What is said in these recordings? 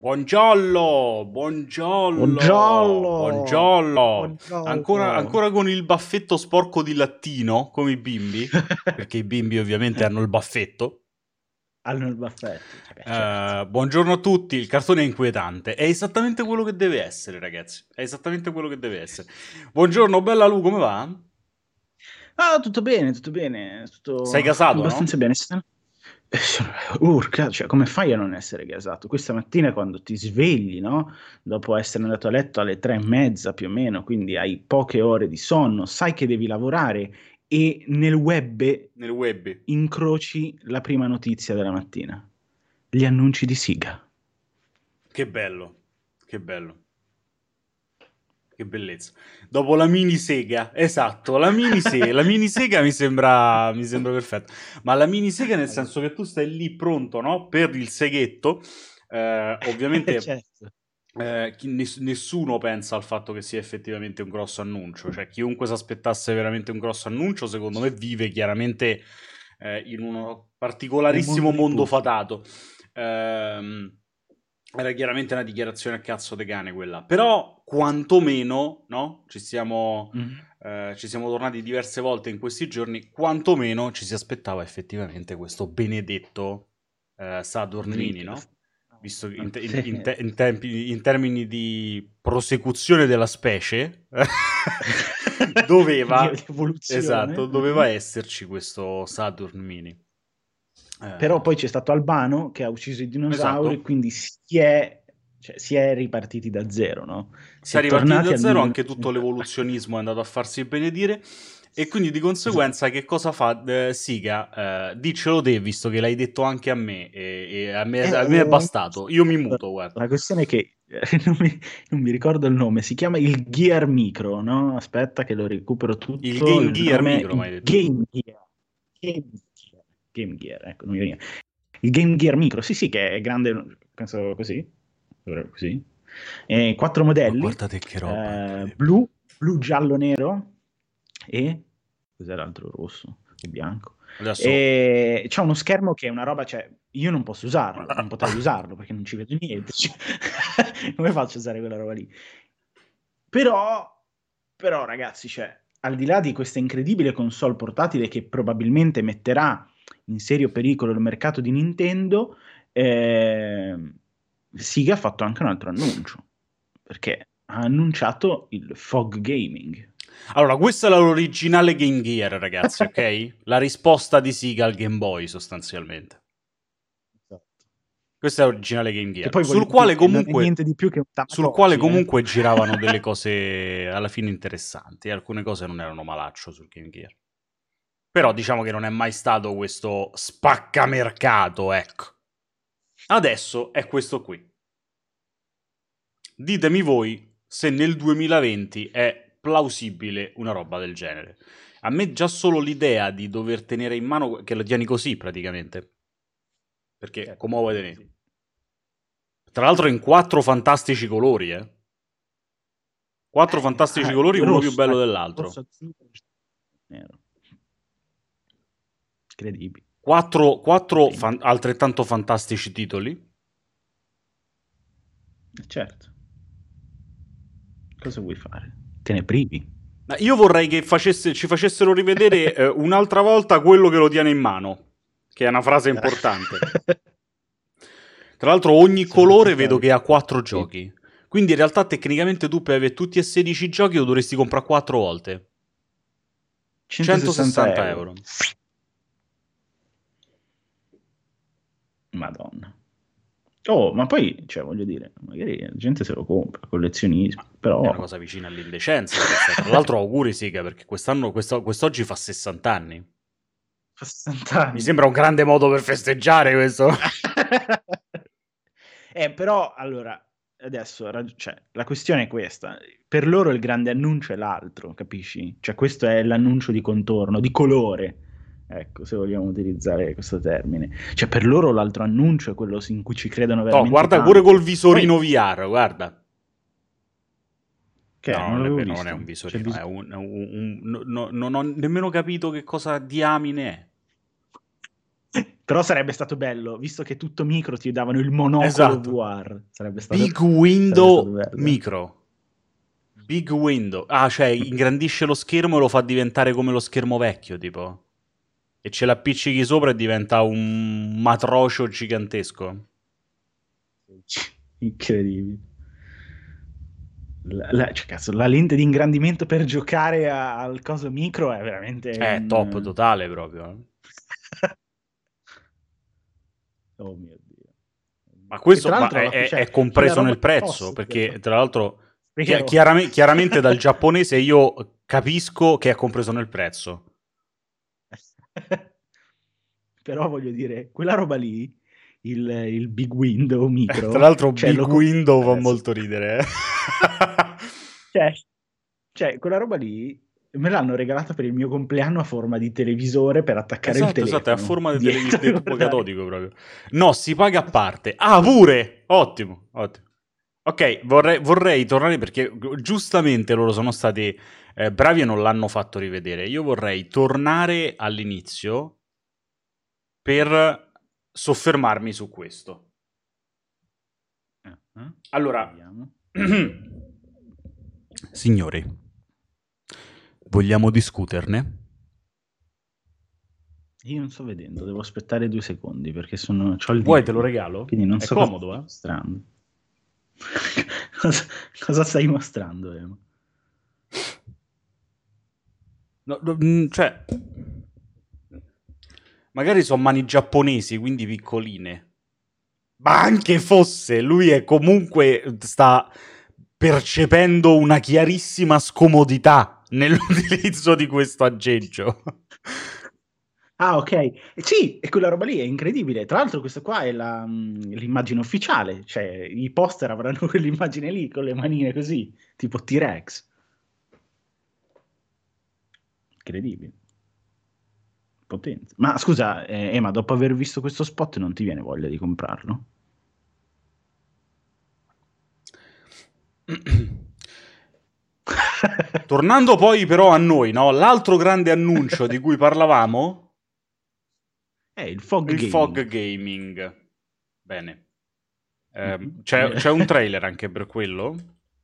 Buongiorno, buongiorno, Buongiorno, buongiorno. buongiorno. Ancora con il baffetto sporco di lattino, come i bimbi, perché i bimbi ovviamente hanno il baffetto. Hanno il baffetto, certo. Buongiorno a tutti, il cartone è inquietante. È esattamente quello che deve essere, ragazzi. È esattamente quello che deve essere. Buongiorno, bella Lu, come va? Ah, tutto bene, Sei tutto casato, abbastanza no? bene. Urca, cioè, come fai a non essere gasato? Questa mattina quando ti svegli, no? Dopo essere andato a letto alle 3:30 più o meno, quindi hai poche ore di sonno, sai che devi lavorare e nel web Nel web. incroci la prima notizia della mattina. Gli annunci di Siga. Che bello, che bello. Che bellezza. Dopo la mini sega, esatto, la mini sega mi sembra perfetta. Ma la mini sega nel senso che tu stai lì pronto, no? Per il seghetto. Ovviamente Certo. nessuno pensa al fatto che sia effettivamente un grosso annuncio. Cioè, chiunque si aspettasse veramente un grosso annuncio, secondo me vive chiaramente in uno Nel particolarissimo mondo dei mondo puffi. fatato. Ehm, Era chiaramente una dichiarazione a cazzo de cane quella, però quantomeno, no? Mhm. Ci siamo tornati diverse volte in questi giorni, quantomeno ci si aspettava effettivamente questo benedetto Saturn Mini, no? Dreamcast. Visto che Sì. in termini di prosecuzione della specie, doveva, Di evoluzione. esatto, doveva esserci questo Saturn Mini. Però Eh, poi c'è stato Albano che ha ucciso i dinosauri, esatto. quindi si è ripartiti da zero, no? Si Si è è ripartiti tornati da al zero, anche tutto 1900. l'evoluzionismo è andato a farsi benedire. E quindi di Esatto. conseguenza che cosa fa Siga? Diccelo te, visto che l'hai detto anche a me, e a me è bastato. Io mi Allora, muto, guarda. la questione è che non mi ricordo il nome, si chiama il Gear Micro, no? Aspetta che lo recupero Il tutto, Game il Gear nome è Micro, mi hai il detto. Game Gear. Game Gear, Game Gear, ecco, non mi veniva. Il Game Gear Micro, sì, sì, che è grande, penso così, così. Quattro Ma modelli, guardate che roba incredibile. blu, giallo, nero e cos'era l'altro rosso e bianco. Adesso... E c'è uno schermo che è una roba, cioè, io non posso usarlo, non potrei usarlo perché non ci vedo niente. Cioè, come faccio a usare quella roba lì? Però, però, ragazzi, cioè, al di là di questa incredibile console portatile che probabilmente metterà in serio pericolo il mercato di Nintendo, Sega ha fatto anche un altro annuncio, perché ha annunciato il Fog Gaming. Allora, questa è l'originale Game Gear, ragazzi, ok? La risposta di Siga al Game Boy, sostanzialmente. Esatto. Questo è l'originale Game Che Gear, poi voglio dire, non è niente di più che un sul quale Tamagotchi, eh? comunque giravano delle cose alla fine interessanti. Alcune cose non erano malaccio sul Game Gear. Però diciamo che non è mai stato questo spaccamercato, ecco. Adesso è questo qui. Ditemi voi se nel 2020 è plausibile una roba del genere. A me già solo l'idea di dover tenere in mano, che lo tieni così praticamente, perché Certo, come vuoi sì, tenere? sì. Tra l'altro in quattro fantastici colori, eh. Quattro fantastici colori, uno più Rosso, bello ecco, dell'altro. rosso, azzurro, nero. Incredibile. Quattro Complimenti. altrettanto fantastici titoli. Certo. Cosa vuoi fare? Te ne privi? Ma io vorrei che ci facessero rivedere un'altra volta quello che lo tiene in mano, che è una frase importante. Tra l'altro ogni colore vedo Soprattutto che ha 4 giochi. Quindi in realtà tecnicamente tu per avere tutti e 16 giochi lo dovresti comprare 4 volte. 160 160 euro. euro. Madonna. Oh, ma poi, cioè, voglio dire, magari la gente se lo compra, collezionismo, Ma è una però cosa vicina all'indecenza questa. Tra l'altro auguri Siga perché quest'oggi fa 60 anni. fa 60 Mi anni. sembra un grande modo per festeggiare questo. Però, allora, adesso, cioè, la questione è questa. Per loro il grande annuncio è l'altro, capisci? Cioè, questo è l'annuncio di contorno, di colore. Ecco, se vogliamo utilizzare questo termine. Cioè, per loro l'altro annuncio è quello in cui ci credono Oh, veramente guarda pure col tanto. Poi, visorino VR, guarda. che No, è? Non non è l'avevo vero, non è visto. un C'è visorino, è bisogno. non ho nemmeno capito che cosa diamine è. Però sarebbe stato bello, visto che tutto micro ti davano il monocolo Esatto. VR. Big Sarebbe stato window bello. micro. Big window. Ah, cioè ingrandisce lo schermo e lo fa diventare come lo schermo vecchio, tipo. E ce l'appiccichi sopra e diventa un matrocio gigantesco. Incredibile. Cioè, cazzo, la lente di ingrandimento per giocare al coso micro è veramente Top un... totale proprio. Oh mio Dio. Ma Che questo tra l'altro è cioè, quella compreso roba nel lì prezzo, posso perché dirlo. tra l'altro Vero. chiaramente dal giapponese io capisco che è compreso nel prezzo. Però voglio dire, quella roba lì, il big window Tra micro, l'altro cioè Big lo Window fa adesso. molto ridere. Cioè, quella roba lì me l'hanno regalata per il mio compleanno a forma di televisore per attaccare il Esatto, è a telefono forma di dietro, tubo guardare. catodico proprio. No, si paga a parte. Ah, pure! Ottimo, ottimo. Ok, vorrei tornare perché giustamente loro sono stati bravi e non l'hanno fatto rivedere. Io vorrei tornare all'inizio per soffermarmi su questo. Allora, Vediamo. signori, vogliamo discuterne? Io non sto vedendo, devo aspettare 2 secondi perché c'ho il Vuoi te lo DVD, regalo? quindi non È so cosa comodo, stai eh? mostrando. Cosa stai mostrando, Emo? No, cioè, magari sono mani giapponesi, quindi piccoline. Ma anche fosse, lui è comunque sta percependo una chiarissima scomodità nell'utilizzo di questo aggeggio. Ah, ok. Sì, e quella roba lì è incredibile. Tra l'altro, questa qua è l'immagine ufficiale. Cioè, i poster avranno quell'immagine lì con le manine così, tipo T-Rex. Incredibile. Potente. Ma scusa, Ema, dopo aver visto questo spot, non ti viene voglia di comprarlo? Tornando poi però a noi, no? L'altro grande annuncio di cui parlavamo, È il Fog il fog Gaming. gaming. Bene. Mhm. C'è un trailer anche per quello?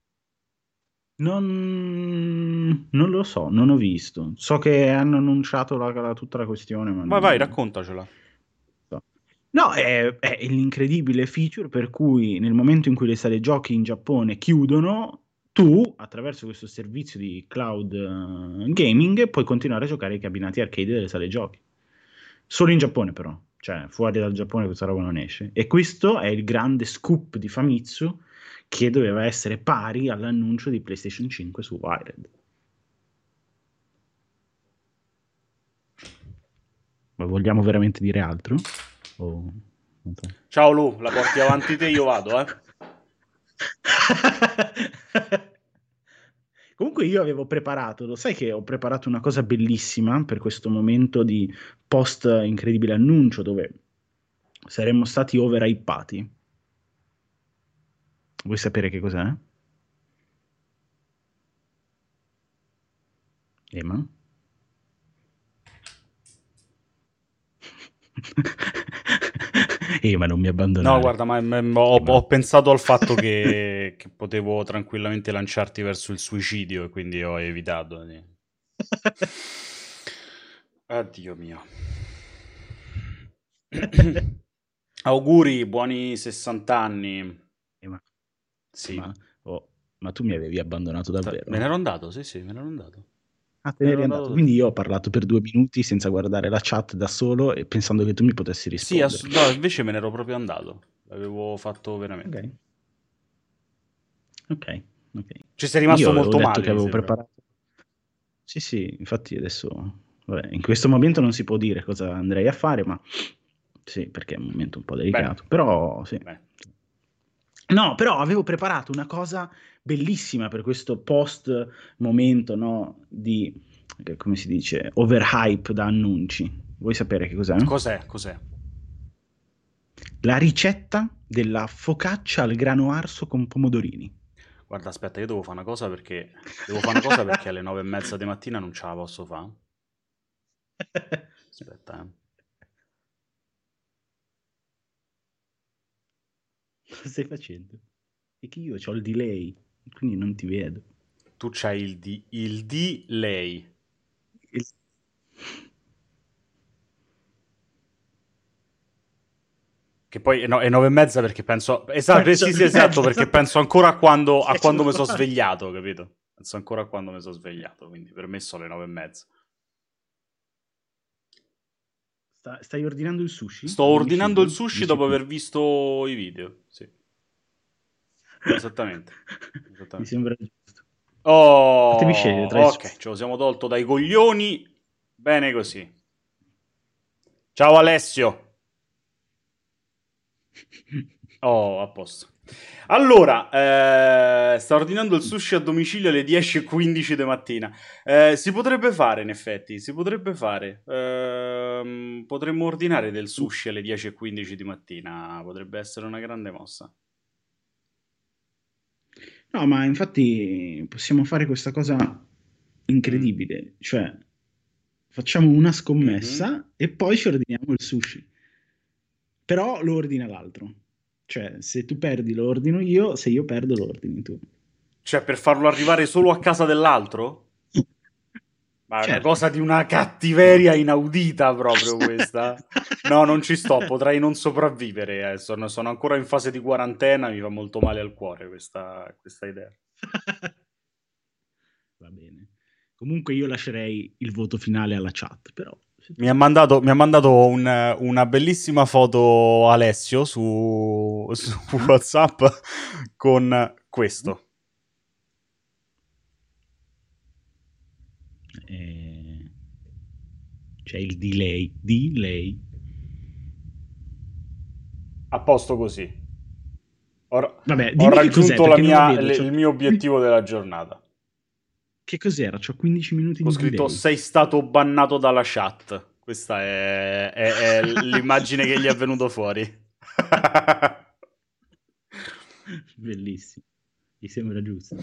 Non lo so, non ho visto. So che hanno annunciato tutta la questione, ma Vai, non raccontacela. so. No, è l'incredibile feature per cui nel momento in cui le sale giochi in Giappone chiudono, tu, attraverso questo servizio di cloud gaming, puoi continuare a giocare ai cabinati arcade delle sale giochi. Solo in Giappone, però. Cioè, fuori dal Giappone questa roba non esce. E questo è il grande scoop di Famitsu che doveva essere pari all'annuncio di PlayStation 5 su Wired. Ma vogliamo veramente dire altro? O... non so. Ciao Lu, la porti avanti te, io vado, eh. Comunque io avevo preparato, lo sai che ho preparato una cosa bellissima per questo momento di post incredibile annuncio dove saremmo stati overhypati. Vuoi sapere che cos'è? Ema? Ema, non mi No, abbandonare. guarda, ho Ema. pensato al fatto che potevo tranquillamente lanciarti verso il suicidio e quindi ho evitato. Addio mio. Auguri, buoni 60 anni. Ema, Sì. ma, oh, ma tu mi avevi abbandonato Me ne davvero? ero andato, sì, sì, me ne ero andato. Ah, te Me ne ne eri ero andato. andato. Quindi io ho parlato per 2 minuti senza guardare la chat da solo e pensando che tu mi potessi Sì, rispondere. no, invece me ne ero proprio andato. L'avevo fatto Ok, veramente. ok, ok. Ci sei Io rimasto avevo molto detto male, che mi avevo sembra. preparato. Sì, sì, infatti adesso, vabbè, in questo momento non si può dire cosa andrei a fare, ma sì, perché è un momento un po' Bene, delicato, però sì. bene. No, però avevo preparato una cosa bellissima per questo post momento, no, di, come si dice, overhype da annunci. Vuoi sapere che cos'è? Cos'è? Cos'è? La ricetta della focaccia al grano arso con pomodorini. Guarda, aspetta, io devo fare una cosa perché... Devo fare una cosa perché alle 9:30 di mattina non ce la posso fare. Aspetta, eh. Cosa stai facendo? È che io ho il delay, quindi non ti vedo. Tu c'hai il delay. Il- Che poi è 9:30 perché penso... Poi Esatto, sì, sono sì, e esatto, mezza, perché esatto. penso ancora a Siamo quando mi sono uguali. svegliato, capito? Penso ancora a quando mi sono svegliato, quindi per me sono le 9:30. Stai ordinando il sushi Sto a ordinando il domicilio? sushi Dici dopo qui. aver visto i video, sì, esattamente, Mi esattamente. sembra giusto. Potevi scegliere tra Oh, il ok, ce lo siamo tolto dai coglioni. Bene così. Ciao Alessio. Oh, a posto. Allora, sta ordinando il sushi a domicilio alle 10:15 di mattina. Si potrebbe fare, in effetti, si potrebbe fare. Potremmo ordinare del sushi alle 10:15 di mattina. Potrebbe essere una grande mossa. No, ma infatti possiamo fare questa cosa Mm. incredibile, cioè facciamo una Mhm. scommessa e poi ci ordiniamo il sushi, però lo ordina l'altro, cioè se tu perdi lo ordino io, se io perdo lo ordini tu. Cioè, per farlo arrivare solo a casa dell'altro? Ma è una Certo. cosa di una No. cattiveria inaudita proprio questa. No, non ci sto, potrei non sopravvivere. Sono ancora in fase di quarantena, mi fa molto male al cuore questa idea. Va bene. Comunque io lascerei il voto finale alla chat, però se Mi ha tu... mandato una bellissima foto Alessio su Ah? WhatsApp con questo. Eh, c'è il delay. Delay. A posto così. Vabbè, Ho dimmi che cos'è, raggiunto perché non lo vedo. il mio obiettivo della giornata. Che cos'era? C'ho 15 minuti Ho di scritto delay. sei stato bannato dalla chat. Questa è l'immagine che gli è venuto fuori. Bellissimo. Mi sembra giusto.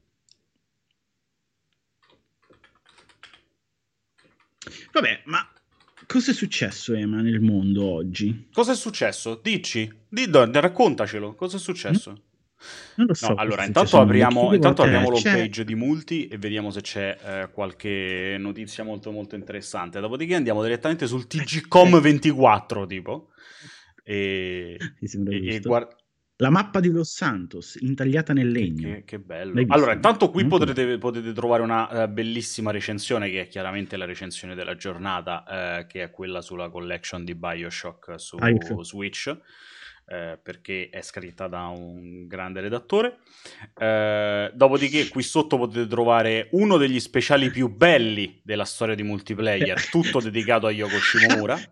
Vabbè, ma cosa è successo, Ema, nel mondo oggi? Cosa è successo? Dici? Raccontacelo. Cosa è Mm? successo? Non lo No, so cosa è allora, successo nel mondo. Chiedevo a intanto te. apriamo l'home C'è... page di Multi e vediamo se c'è qualche notizia molto molto interessante. Dopodiché andiamo direttamente sul TGCOM Ecco, 24, tipo, e, mi sembra e giusto. guarda... La mappa di Los Santos, intagliata nel Che, legno. che bello. L'hai Allora, vista? intanto qui Molto bello. potete trovare una bellissima recensione, che è chiaramente la recensione della giornata, che è quella sulla collection di BioShock Ah, su ecco. Switch, perché è scritta da un grande redattore. Dopodiché, qui sotto potete trovare uno degli speciali più belli della storia di multiplayer, tutto dedicato a Yoko Shimomura.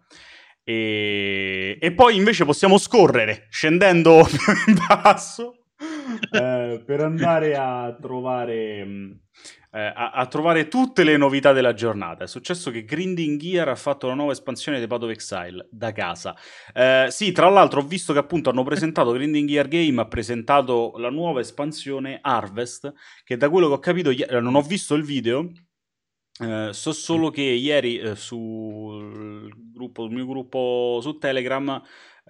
E poi invece possiamo scorrere scendendo più in basso per andare a trovare, a trovare tutte le novità della giornata. È successo che Grinding Gear ha fatto la nuova espansione di Path of Exile da casa. Sì, tra l'altro ho visto che appunto hanno presentato Grinding Gear Game, ha presentato la nuova espansione Harvest, che da quello che ho capito, non ho visto il video. So solo che ieri sul mio gruppo su Telegram,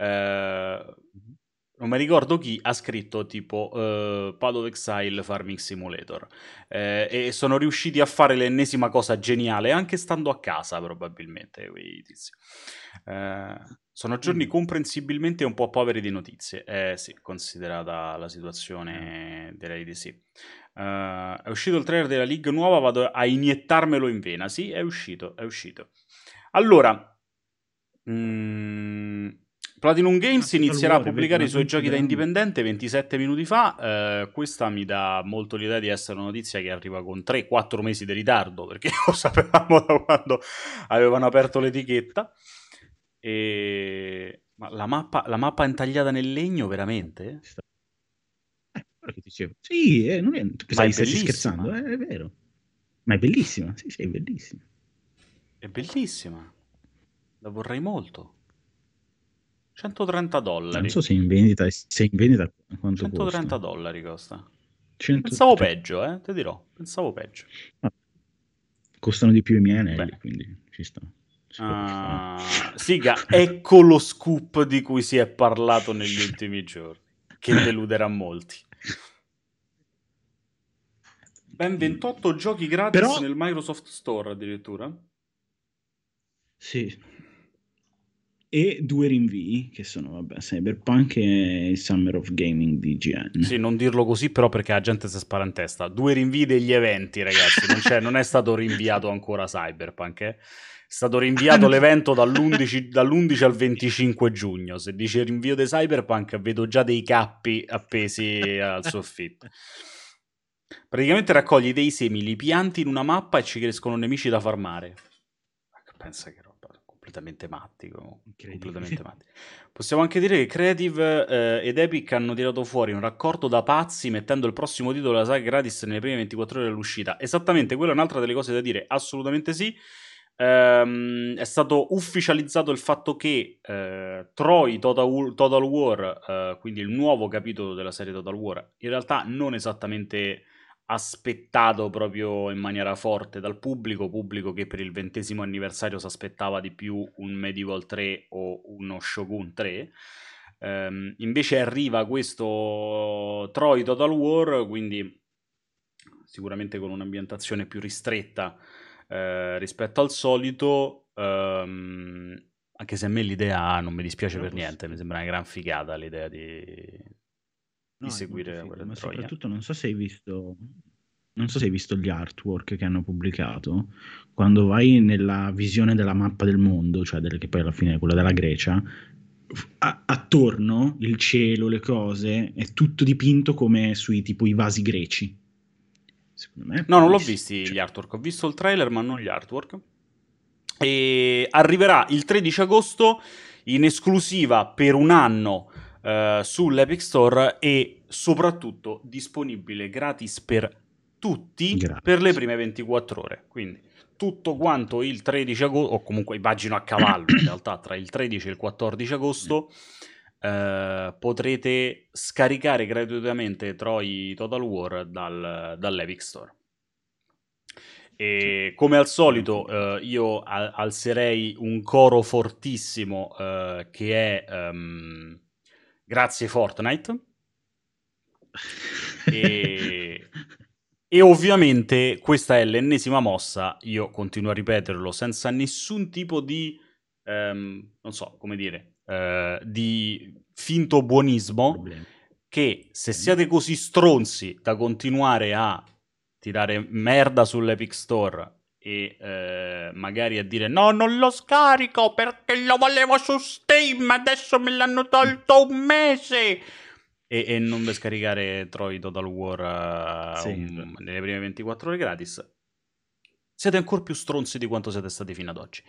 non mi ricordo chi ha scritto tipo Path of Exile Farming Simulator, e sono riusciti a fare l'ennesima cosa geniale anche stando a casa probabilmente quei tizi. Sono giorni Mm. comprensibilmente un po' poveri di notizie, sì, considerata la Eh. situazione, direi di sì. È uscito il trailer della League nuova, vado a iniettarmelo in vena. Sì, è uscito, è uscito. Allora, mm, Platinum Ah, Games Total inizierà a War, vedo pubblicare i suoi l'annuncio giochi da grande. indipendente 27 minuti fa. Questa mi dà molto l'idea di essere una notizia che arriva con 3-4 mesi di ritardo, perché lo sapevamo da quando avevano aperto l'etichetta. Ma la mappa intagliata nel legno, veramente? Ci sta. Quello che ti dicevo. Sì, non è... tu Ma è pensavi stessi scherzando? bellissima. È vero. Ma è bellissima. Sì, sì, è bellissima. È bellissima. La vorrei molto. 130 Non so dollari. se è in vendita quanto 130 costa. dollari costa. 100, Pensavo cioè, peggio, te dirò. Pensavo peggio. ah, costano di più i miei anelli, Bene. quindi ci sta. Si può fare. Siga, ecco lo scoop di cui si è parlato negli ultimi giorni. che deluderà molti. Ben 28 giochi gratis Però nel Microsoft Store addirittura. sì. E 2 rinvii, che sono, vabbè, Cyberpunk e il Summer of Gaming di IGN. Sì, non dirlo così però perché la gente si spara in testa. 2 rinvii degli eventi, ragazzi. Non è stato rinviato ancora Cyberpunk, È stato rinviato l'evento dall'11 al 25 giugno. Se dice rinvio di Cyberpunk, vedo già dei cappi appesi al soffitto. Praticamente raccogli dei semi, li pianti in una mappa e ci crescono nemici da farmare. Pensa che roba, completamente matti. Completamente matti. Possiamo anche dire che Creative ed Epic hanno tirato fuori un raccordo da pazzi mettendo il prossimo titolo della saga gratis nelle prime 24 ore dell'uscita. Esattamente, quella è un'altra delle cose da dire, assolutamente sì. È stato ufficializzato il fatto che Troy Total War, quindi il nuovo capitolo della serie Total War, in realtà non esattamente aspettato proprio in maniera forte dal pubblico che per il 20° anniversario si aspettava di più un Medieval 3 o uno Shogun 3. Invece arriva questo Troy Total War, quindi sicuramente con un'ambientazione più ristretta rispetto al solito, anche se a me l'idea non mi dispiace per niente, mi sembra una gran figata l'idea di seguire la guerra di ma Troia. soprattutto non so se hai visto gli artwork che hanno pubblicato. Quando vai nella visione della mappa del mondo, cioè che poi alla fine è quella della Grecia, attorno il cielo, le cose, è tutto dipinto come sui tipo i vasi greci. Secondo me è No, non l'ho bellissimo. visti gli artwork, ho visto il trailer ma non gli artwork. E arriverà il 13 agosto in esclusiva per un anno sull'Epic Store e soprattutto disponibile gratis per tutti per le prime 24 ore. Quindi tutto quanto il 13 agosto, o comunque immagino a cavallo in realtà tra il 13 e il 14 agosto, potrete scaricare gratuitamente Troy Total War dall'Epic Store. E come al solito io alzerei un coro fortissimo che è grazie Fortnite e ovviamente questa è l'ennesima mossa, io continuo a ripeterlo senza nessun tipo di non so come dire di finto buonismo, che se siete così stronzi da continuare a tirare merda sull'Epic Store e magari a dire no, non lo scarico perché lo volevo su Steam, adesso me l'hanno tolto un mese, e non per scaricare Troy Total War nelle prime 24 ore gratis, siete ancora più stronzi di quanto siete stati fino ad oggi.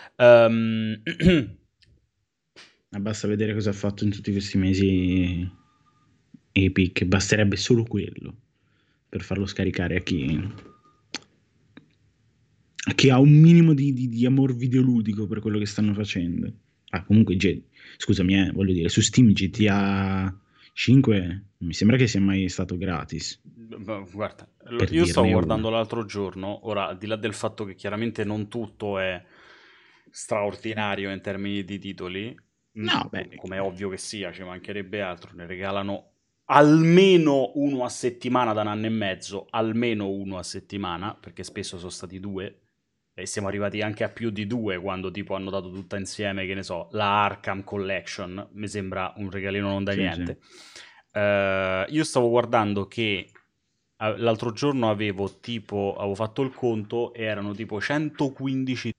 Basta vedere cosa ha fatto in tutti questi mesi Epic, basterebbe solo quello per farlo scaricare a chi ha un minimo di amor videoludico per quello che stanno facendo. Comunque, scusami, voglio dire, su Steam GTA 5 non mi sembra che sia mai stato gratis. Guarda, io stavo guardando l'altro giorno, ora al di là del fatto che chiaramente non tutto è straordinario in termini di titoli, no, come è ovvio che sia, ci mancherebbe altro, ne regalano almeno uno a settimana da un anno e mezzo, almeno uno a settimana, perché spesso sono stati 2, e siamo arrivati anche a più di 2 quando tipo hanno dato tutta insieme, che ne so, la Arkham Collection, mi sembra un regalino non da niente. Sì. Io stavo guardando che l'altro giorno avevo fatto il conto e erano tipo 115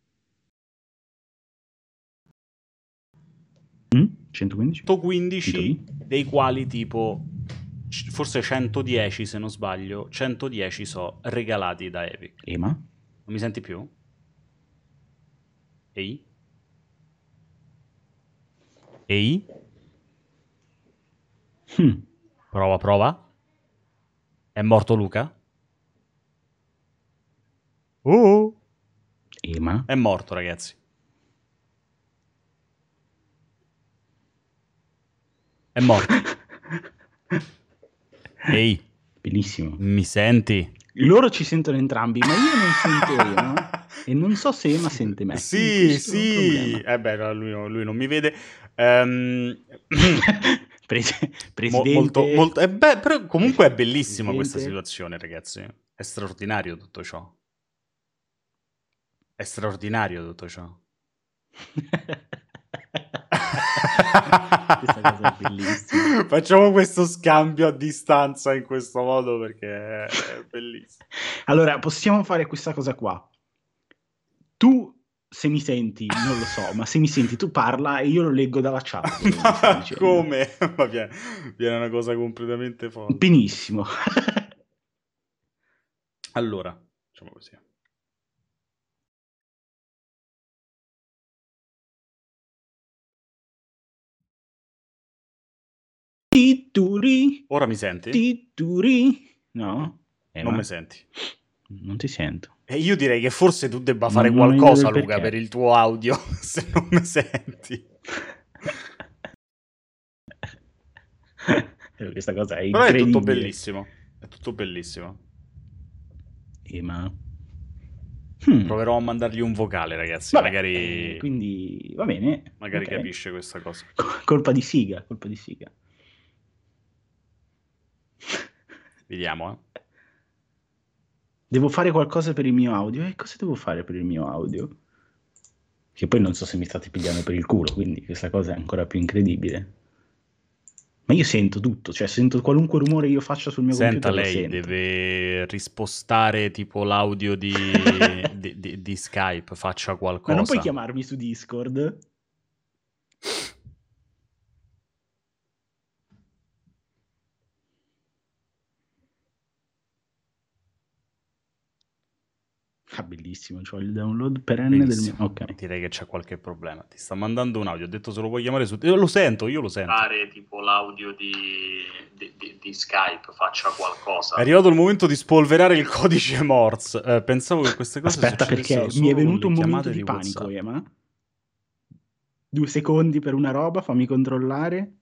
115 dei quali tipo forse 110, se non sbaglio, 110 so regalati da Epic. Ema? Non mi senti più? Ehi? Ehi? Prova. È morto Luca? Ema? È morto, ragazzi. È morto. Ehi. Benissimo. Mi senti? Loro ci sentono entrambi, ma io non sento Ema. E non so se Ema sente me. Sì. Beh, lui non mi vede. Presidente, però comunque è bellissima questa Presidente. situazione, ragazzi. È straordinario tutto ciò. È straordinario tutto ciò. Questa cosa è bellissima. Facciamo questo scambio a distanza in questo modo perché è bellissimo. Allora, possiamo fare questa cosa qua. Tu, se mi senti, non lo so, ma se mi senti, tu parla e io lo leggo dalla chat quello che mi stai Ma dicendo. come? Ma viene una cosa completamente folle. Benissimo. Allora, facciamo così. Tituri, Ora mi senti? tituri. No? Non Ma mi senti. non ti sento. E io direi che forse tu debba Non, fare non ho idea qualcosa, del Luca, perché. per il tuo audio, se non mi senti. Questa cosa è Però è tutto incredibile. bellissimo. È tutto bellissimo. Ma... Proverò a mandargli un vocale, ragazzi. Vabbè, Magari quindi va bene. magari Ok. capisce questa cosa. Colpa di Siga, colpa di Siga. Vediamo, eh. Devo fare qualcosa per il mio audio? E cosa devo fare per il mio audio? Che poi non so se mi state pigliando per il culo, quindi questa cosa è ancora più incredibile. Ma io sento tutto, cioè sento qualunque rumore io faccia sul mio Senta, computer lo lei sento. deve rispostare tipo l'audio di Skype, faccia Ma non puoi qualcosa. chiamarmi su Discord? Ah, bellissimo, cioè il download perenne del mio... Benissimo. Ok. Direi che c'è qualche problema. Ti sta mandando un audio. Ho detto se lo puoi chiamare su... Io lo sento, io lo sento. Fare tipo l'audio di Skype, faccia qualcosa. È arrivato il momento di spolverare il codice Morse. Pensavo che queste cose Aspetta, succedessero perché mi è solo con venuto le un momento chiamate di di panico, WhatsApp. Ema. 2 secondi per una roba, fammi controllare.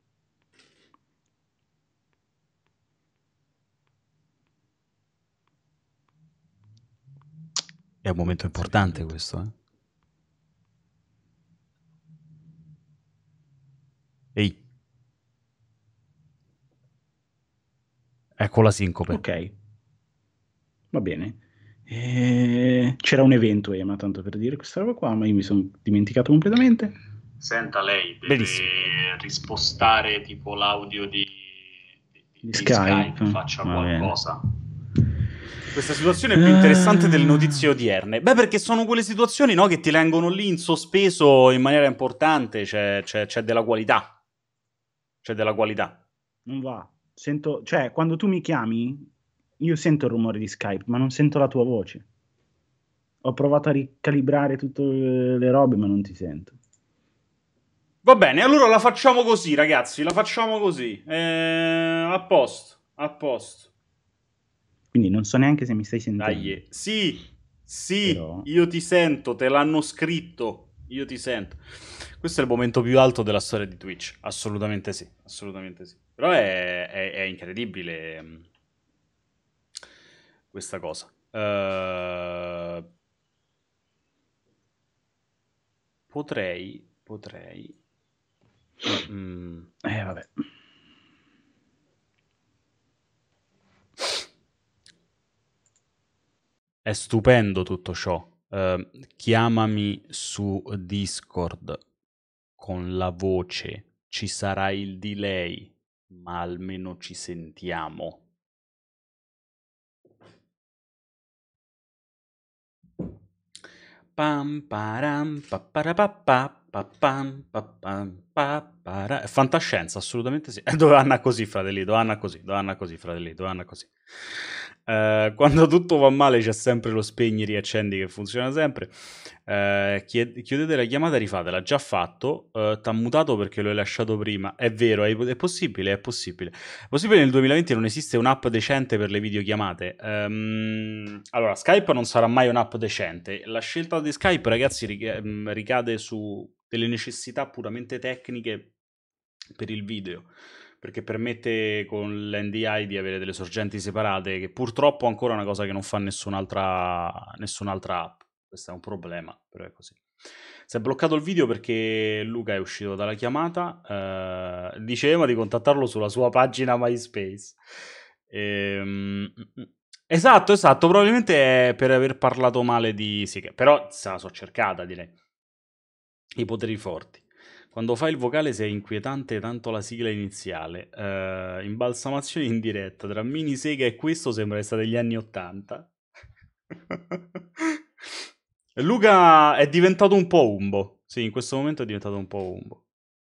È un momento importante questo, eh. Ehi. Ecco la sincope. Ok, va bene. C'era un evento, Ema, tanto per dire questa roba qua, ma io mi sono dimenticato completamente. Senta, lei deve Benissimo. rispostare tipo l'audio di Skype, faccia va bene. qualcosa. Questa situazione è più interessante delle notizie odierne. Beh, perché sono quelle situazioni, no, che ti tengono lì in sospeso in maniera importante. C'è della qualità. C'è della qualità. Non va. Sento, cioè, quando tu mi chiami, io sento il rumore di Skype, ma non sento la tua voce. Ho provato a ricalibrare tutte le robe, ma non ti sento. Va bene, allora la facciamo così, ragazzi. La facciamo così. A posto. A posto. Quindi non so neanche se mi stai sentendo. Dai. Sì. Però... Io ti sento. Te l'hanno scritto. Io ti sento. Questo è il momento più alto della storia di Twitch. Assolutamente sì. Assolutamente sì. Però è incredibile questa cosa. Potrei. vabbè. È stupendo tutto ciò. Chiamami su Discord con la voce. Ci sarà il delay, ma almeno ci sentiamo. Pam param papparapappa papam papam pappara. È fantascienza, assolutamente sì. Dove Anna così, fratelli, dove Anna così, fratelli, dove Anna così. Quando tutto va male c'è sempre lo spegni, riaccendi che funziona sempre. Chiudete la chiamata, rifatela. Già fatto. T'ha mutato perché lo hai lasciato prima. È vero, è possibile, è possibile. È possibile nel 2020 non esiste un'app decente per le videochiamate. Allora, Skype non sarà mai un'app decente. La scelta di Skype, ragazzi, ricade su delle necessità puramente tecniche per il video, perché permette con l'NDI di avere delle sorgenti separate, che purtroppo ancora è una cosa che non fa nessun'altra app. Questo è un problema, però è così. Si è bloccato il video perché Luca è uscito dalla chiamata. Diceva di contattarlo sulla sua pagina MySpace. Esatto, probabilmente è per aver parlato male di Sega, però se la so cercata, direi. I poteri forti. Quando fai il vocale sei inquietante tanto la sigla iniziale. Imbalsamazione in diretta tra Mini Sega e questo sembra essere degli anni 80. Luca è diventato un po' umbo. Sì, in questo momento è diventato un po' umbo.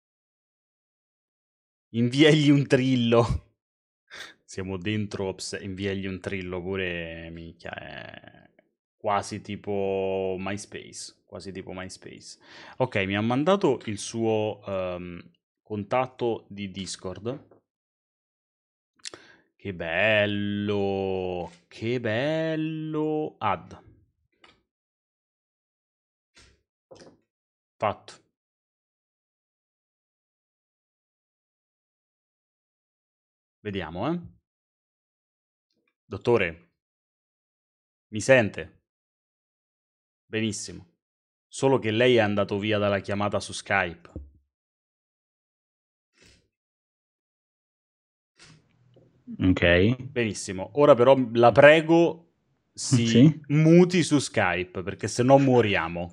Inviegli un trillo. Siamo dentro inviegli un trillo pure, minchia, è quasi tipo MySpace, quasi tipo MySpace. Ok, mi ha mandato il suo contatto di Discord. Che bello, che bello. Add. Fatto. Vediamo, eh. Dottore, mi sente? Benissimo. Solo che lei è andato via dalla chiamata su Skype. Ok. Benissimo. Ora però la prego si Sì? muti su Skype, perché se no moriamo.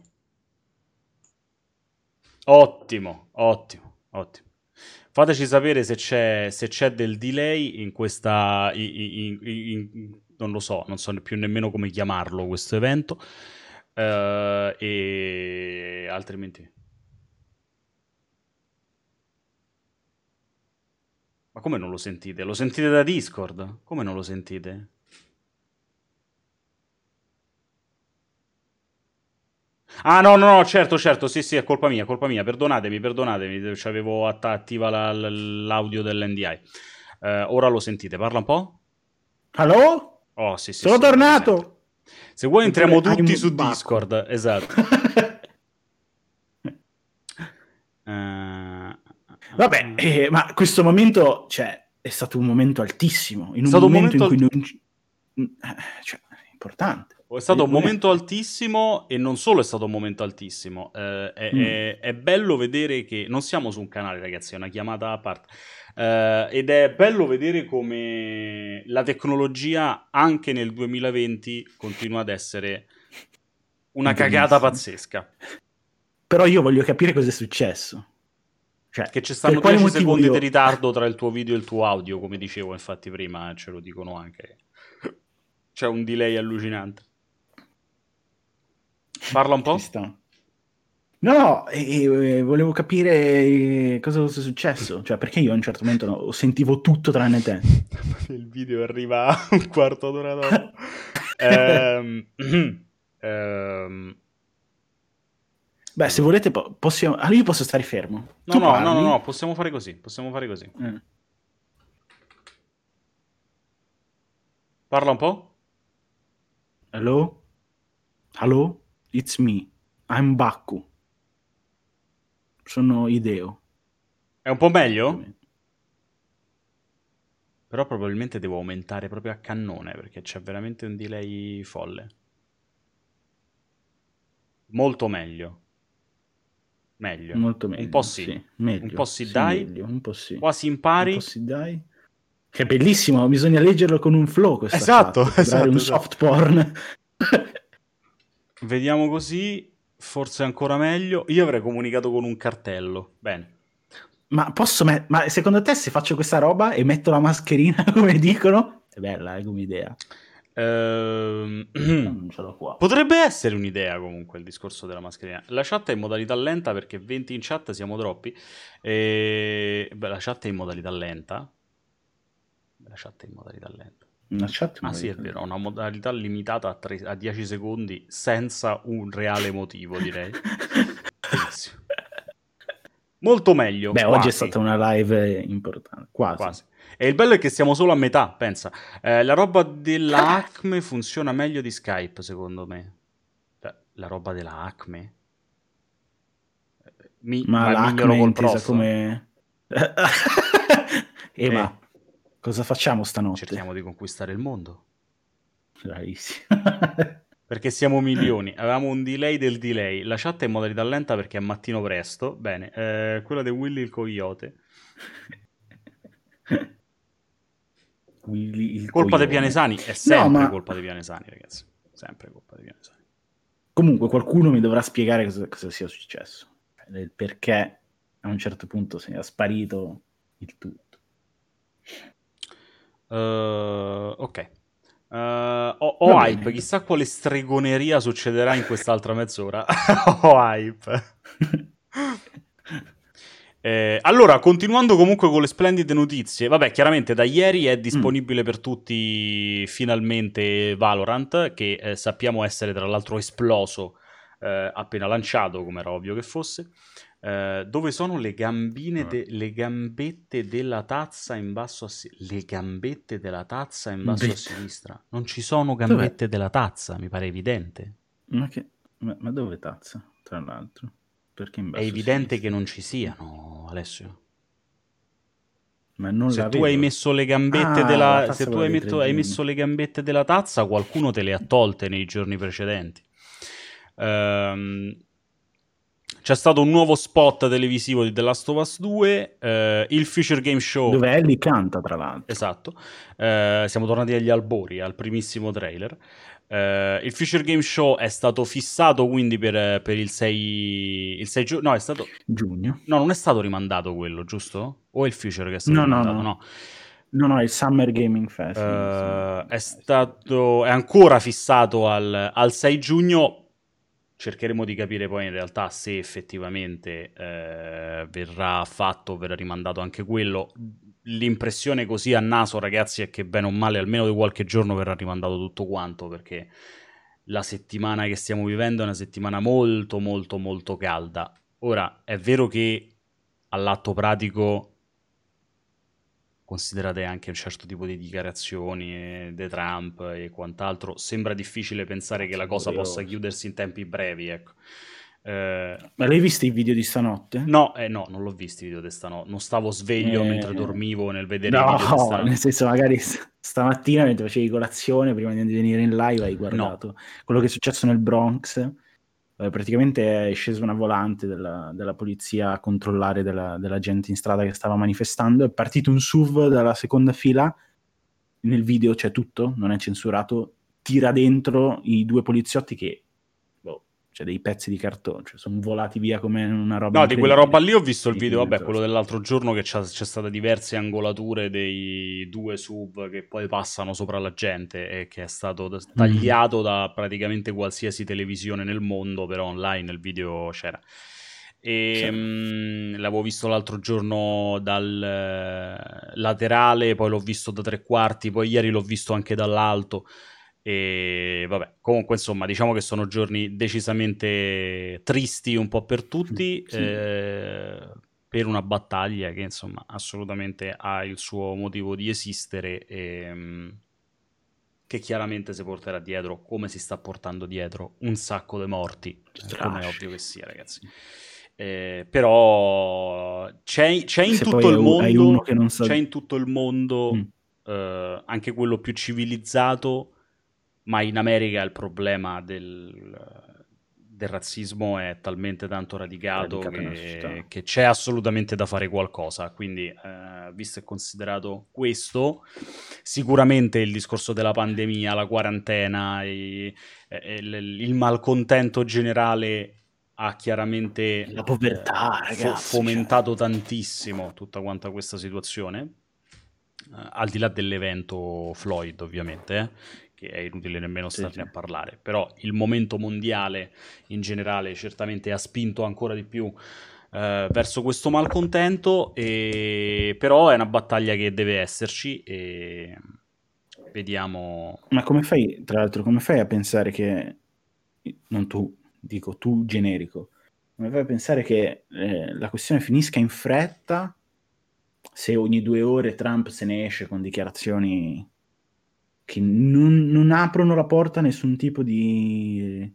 Ottimo, ottimo, ottimo. Fateci sapere se c'è del delay in questa... non lo so, non so più nemmeno come chiamarlo questo evento. E altrimenti... Ma come non lo sentite? Lo sentite da Discord? Come non lo sentite? Ah, no, no, no, certo, certo, sì, sì, è colpa mia, perdonatemi, c'avevo attiva l'audio dell'NDI. Ora lo sentite, parla un po'? Allo? Oh, sì, sì, Sono sì, ora si sente. tornato! Se vuoi entriamo Oppure tutti I'm su back. Discord, esatto. Eh, Vabbè, ma questo momento, cioè, è stato un momento altissimo, in È un stato un momento in momento cui non... cioè, è importante. È stato un momento Momento. altissimo e non solo è stato un momento altissimo, è bello vedere che non siamo su un canale, ragazzi, è una chiamata a parte. Ed è bello vedere come la tecnologia anche nel 2020 continua ad essere una cagata Bellissimo. pazzesca. Però io voglio capire cosa è successo. Cioè, Che ci per stanno quale 10 motivo secondi di io... ritardo tra il tuo video e il tuo audio, come dicevo infatti prima, ce lo dicono anche. C'è un delay allucinante. Parla un Ci po'? sta. No, volevo capire cosa sia successo. Cioè, perché io a un certo momento sentivo tutto tranne te. Il video arriva un quarto d'ora dopo. Ehm, Beh, se allora. volete possiamo... Allora io posso stare fermo. No, Tu no, no, no, parli. no, possiamo fare così, possiamo fare così. Parla un po'? Hello? Hello? It's me. I'm Baku. Sono Ideo. È un po' meglio? Però probabilmente devo aumentare proprio a cannone, perché c'è veramente un delay folle. Molto meglio. Meglio. Molto Un po' meglio, sì. sì. Un po' Meglio. sì, Sì, dai. meglio. Un po' sì. Quasi Un po' impari. sì, dai. Che è bellissimo, bisogna leggerlo con un flow questa Esatto, chat. Sembrare un esatto. soft porn. Vediamo così, forse ancora meglio. Io avrei comunicato con un cartello. Bene. Ma posso ma secondo te se faccio questa roba e metto la mascherina come dicono? È bella, come idea. Non ce l'ho qua. Potrebbe essere un'idea comunque il discorso della mascherina. La chat è in modalità lenta perché 20 in chat siamo troppi. La chat è in modalità lenta. La chat è in modalità lenta. Una chat Ah sì, è vero, ha una modalità limitata a 10 secondi senza un reale motivo, direi. Benissimo. Molto meglio, Beh, oggi è quasi. stata una live importante, quasi. E il bello è che siamo solo a metà, pensa. La roba della Acme funziona meglio di Skype, secondo me. La roba della Acme? Ma Ma mignolo l'Acme è col intesa prof? come... ma cosa facciamo stanotte? Cerchiamo di conquistare il mondo. Bravissimo. Perché siamo milioni. Avevamo un delay del delay. La chat è in modalità lenta perché è mattino presto. Bene, quella di Willy il coyote. Willy il Colpa dei coglione. Pianesani è No, sempre ma colpa dei Pianesani, ragazzi. Sempre colpa dei Pianesani. comunque qualcuno mi dovrà spiegare cosa sia successo. Del perché a un certo punto sia sparito il tutto. Ok. Va Ho hype, bene. chissà quale stregoneria succederà in quest'altra mezz'ora. Ho hype. Allora, continuando comunque con le splendide notizie, vabbè, chiaramente da ieri è disponibile per tutti finalmente Valorant, che sappiamo essere tra l'altro esploso appena lanciato, come era ovvio che fosse. Dove sono le le gambette della tazza in basso a sinistra? Le gambette della tazza in basso a sinistra? Non ci sono Dov'è? gambette della tazza, mi pare evidente. Ma dove tazza, tra l'altro? Perché in È basso a evidente che sinistra? non ci siano, Alessio. Ma non Se la tu hai vedo. messo le gambette Ah, la della... Se tazza tu quella dei 3 hai giugno. messo le gambette della tazza, qualcuno te le ha tolte nei giorni precedenti. C'è stato un nuovo spot televisivo di The Last of Us 2, il Future Game Show. Dove Ellie canta, tra l'altro. Esatto. Siamo tornati agli albori, al primissimo trailer. Il Future Game Show è stato fissato quindi per il 6 giugno. No, è stato... Giugno. No, non è stato rimandato quello, giusto? O è il Future che è stato No, no, rimandato? no. No. No, è il Summer Gaming Fest. È ancora fissato al 6 giugno. Cercheremo di capire poi in realtà se effettivamente verrà fatto, verrà rimandato anche quello. L'impressione così a naso, ragazzi, è che bene o male almeno di qualche giorno verrà rimandato tutto quanto, perché la settimana che stiamo vivendo è una settimana molto molto molto calda. Ora, è vero che all'atto pratico, considerate anche un certo tipo di dichiarazioni di Trump e quant'altro, sembra difficile pensare che la cosa possa chiudersi in tempi brevi, ecco. Ma l'hai visto i video di stanotte? No, non l'ho visto i video di stanotte, non stavo sveglio mentre dormivo nel vedere i video di No, stanotte. nel senso magari stamattina mentre facevi colazione, prima di venire in live, hai guardato quello che è successo nel Bronx. Praticamente è scesa una volante della polizia a controllare della gente in strada che stava manifestando, è partito un SUV dalla seconda fila, nel video c'è tutto, non è censurato, tira dentro i 2 poliziotti che, cioè dei pezzi di cartone, cioè sono volati via come una roba No, di quella incredibile. roba lì ho visto il video, vabbè, quello dell'altro giorno che c'è state diverse angolature dei 2 SUV che poi passano sopra la gente e che è stato tagliato da praticamente qualsiasi televisione nel mondo, però online il video c'era. L'avevo visto l'altro giorno dal laterale, poi l'ho visto da 3/4, poi ieri l'ho visto anche dall'alto. E vabbè, comunque insomma, diciamo che sono giorni decisamente tristi un po' per tutti, Sì. per una battaglia che insomma assolutamente ha il suo motivo di esistere e che chiaramente si porterà dietro, come si sta portando dietro, un sacco di morti, come è ovvio che sia, ragazzi. Però c'è in tutto il mondo, che non sa... c'è in tutto il mondo anche quello più civilizzato, ma in America il problema del razzismo è talmente tanto radicato che c'è assolutamente da fare qualcosa. Quindi, visto e considerato questo, sicuramente il discorso della pandemia, la quarantena, il malcontento generale ha chiaramente la povertà, ragazzi, fomentato tantissimo tutta quanta questa situazione. Al di là dell'evento Floyd, ovviamente, che è inutile nemmeno starne a parlare, però il momento mondiale in generale certamente ha spinto ancora di più verso questo malcontento, però è una battaglia che deve esserci e vediamo. Ma come fai, tra l'altro, come fai a pensare che, non tu, dico tu generico, come fai a pensare che la questione finisca in fretta se ogni 2 ore Trump se ne esce con dichiarazioni che non aprono la porta a nessun tipo di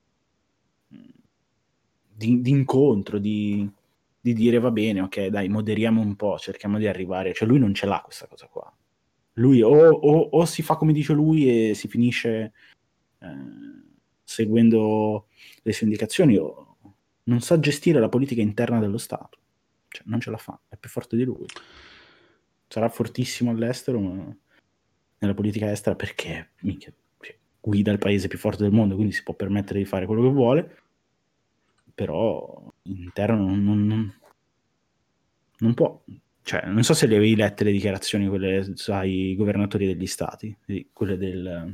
incontro, di dire va bene, ok, dai, moderiamo un po', cerchiamo di arrivare, cioè lui non ce l'ha questa cosa qua. Lui o si fa come dice lui e si finisce seguendo le sue indicazioni, non sa gestire la politica interna dello Stato. Cioè, non ce la fa, è più forte di lui. Sarà fortissimo all'estero, ma nella politica estera perché minchia, guida il paese più forte del mondo, quindi si può permettere di fare quello che vuole, però interno non può. Cioè, non so se le avevi lette le dichiarazioni, quelle ai governatori degli stati, quelle del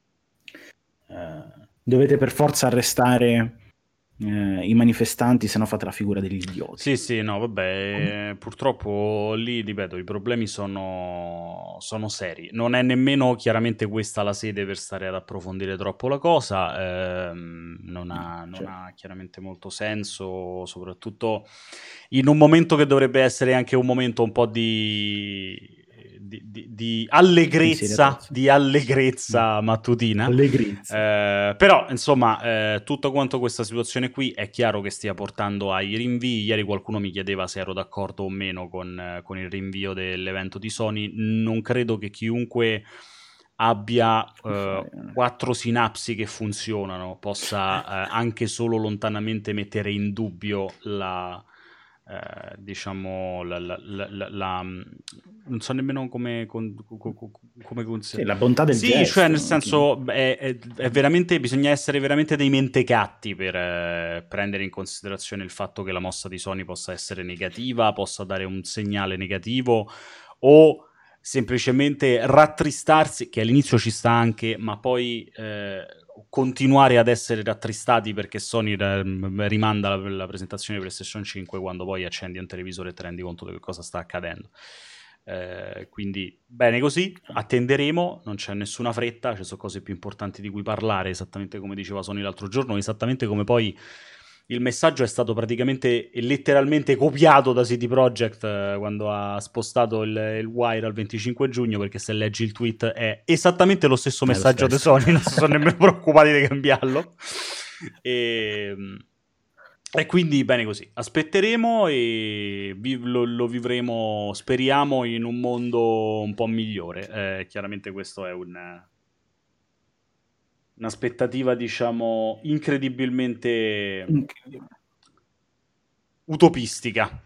dovete per forza arrestare i manifestanti, se no fate la figura degli idioti. Sì, no, vabbè, purtroppo lì, ripeto, i problemi sono seri. Non è nemmeno chiaramente questa la sede per stare ad approfondire troppo la cosa, non ha chiaramente molto senso, soprattutto in un momento che dovrebbe essere anche un momento un po' di allegrezza mattutina. Però insomma tutto quanto questa situazione qui è chiaro che stia portando ai rinvii. Ieri qualcuno mi chiedeva se ero d'accordo o meno con il rinvio dell'evento di Sony. Non credo che chiunque abbia 4 sinapsi che funzionano possa anche solo lontanamente mettere in dubbio diciamo non so nemmeno come sì, la bontà del gesto, cioè nel senso è veramente, bisogna essere veramente dei mentecatti per prendere in considerazione il fatto che la mossa di Sony possa essere negativa, possa dare un segnale negativo o semplicemente rattristarsi, che all'inizio ci sta anche, ma poi continuare ad essere rattristati perché Sony rimanda la presentazione di PlayStation 5 quando poi accendi un televisore e ti rendi conto di che cosa sta accadendo. Quindi bene così, attenderemo, non c'è nessuna fretta, ci sono cose più importanti di cui parlare, esattamente come diceva Sony l'altro giorno, esattamente come poi il messaggio è stato praticamente e letteralmente copiato da CD Projekt quando ha spostato il wire al 25 giugno, perché se leggi il tweet è esattamente lo stesso messaggio di Sony, non si sono nemmeno preoccupati di cambiarlo. E quindi bene così, aspetteremo e lo vivremo, speriamo, in un mondo un po' migliore. Chiaramente questo è un'aspettativa, diciamo, incredibilmente utopistica.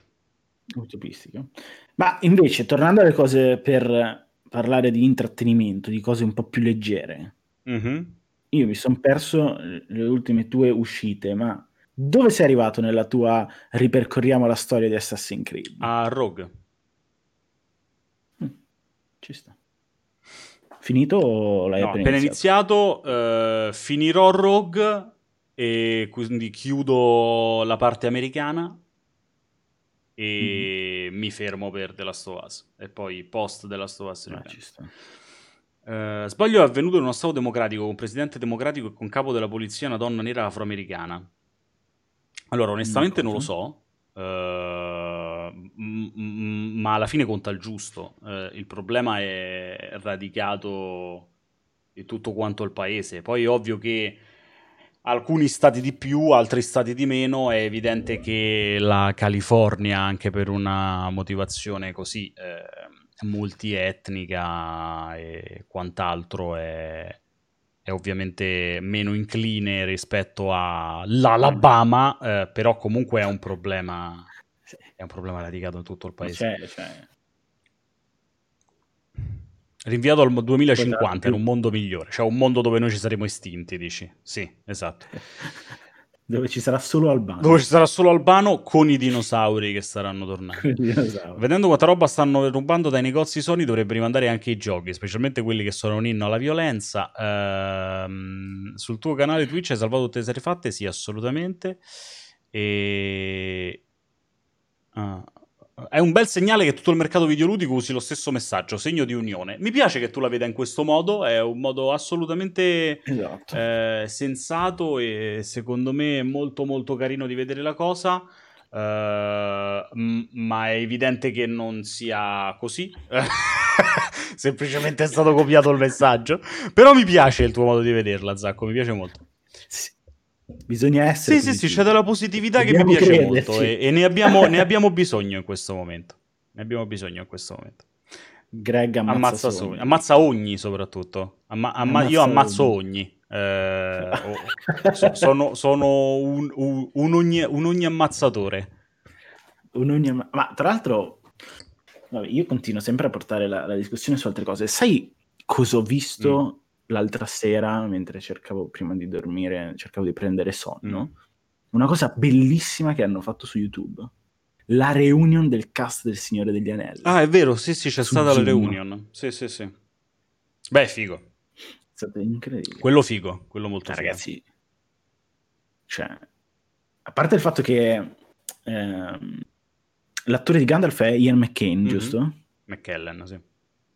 Ma invece, tornando alle cose per parlare di intrattenimento, di cose un po' più leggere, io mi sono perso le ultime tue uscite, ma dove sei arrivato nella tua ripercorriamo la storia di Assassin's Creed? A Rogue. Ci sta. Finito o l'hai appena iniziato? Finirò Rogue e quindi chiudo la parte americana e mi fermo per The Last of Us e poi post The Last of Us ci sta. Sbaglio è avvenuto in uno stato democratico con presidente democratico e con capo della polizia una donna nera afroamericana. Allora onestamente non lo so, ma alla fine conta il giusto. Il problema è radicato in tutto quanto il paese. Poi è ovvio che alcuni stati di più, altri stati di meno. È evidente che la California, anche per una motivazione così multietnica e quant'altro, è ovviamente meno incline rispetto all'Alabama, però comunque è un problema radicato in tutto il paese. C'è. Rinviato al 2050, in un mondo migliore, cioè un mondo dove noi ci saremo estinti, dici? Sì, esatto. Dove ci sarà solo Albano. Dove ci sarà solo Albano con i dinosauri che saranno tornati. Vedendo quanta roba stanno rubando dai negozi Sony, dovrebbe rimandare anche i giochi, specialmente quelli che sono un inno alla violenza. Sul tuo canale Twitch hai salvato tutte le serie fatte? Sì, assolutamente. È un bel segnale che tutto il mercato videoludico usi lo stesso messaggio, segno di unione. Mi piace che tu la veda in questo modo, è un modo assolutamente sensato e secondo me molto molto carino di vedere la cosa, ma è evidente che non sia così. Semplicemente è stato copiato il messaggio. Però mi piace il tuo modo di vederla, Zacco, mi piace molto. Sì. Bisogna essere sì, c'è della positività che mi piace molto e ne abbiamo bisogno in questo momento. Greg ammazza ogni soprattutto. Io ammazzo ogni. Sono un ogni ammazzatore. Ma tra l'altro, vabbè, io continuo sempre a portare la discussione su altre cose. Sai cosa ho visto l'altra sera mentre cercavo, prima di dormire, cercavo di prendere sonno? Una cosa bellissima che hanno fatto su YouTube. La reunion del cast del Signore degli Anelli. Ah, è vero, sì, c'è Su stata Zoom. la reunion. Sì. Beh, figo. È stato incredibile. Quello figo, quello molto figo. Ragazzi, cioè, a parte il fatto che l'attore di Gandalf è Ian McKellen, giusto? McKellen, sì.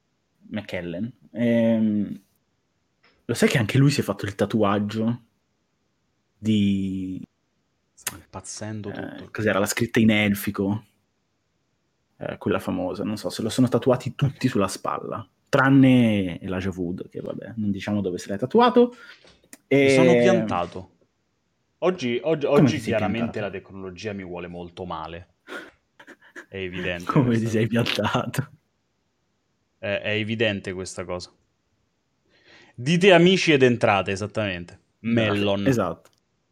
McKellen. Lo sai che anche lui si è fatto il tatuaggio di... Sta impazzendo tutto. Cos'era? La scritta in elfico? Quella famosa, non so, se lo sono tatuati tutti sulla spalla, tranne Elijah Wood, che vabbè, non diciamo dove se l'è tatuato. Mi sono piantato. Oggi ti sei chiaramente piantato? la tecnologia mi vuole molto male. È evidente. Come ti sei piantato? È evidente questa cosa. Dite amici ed entrate, esattamente. Mellon. Esatto.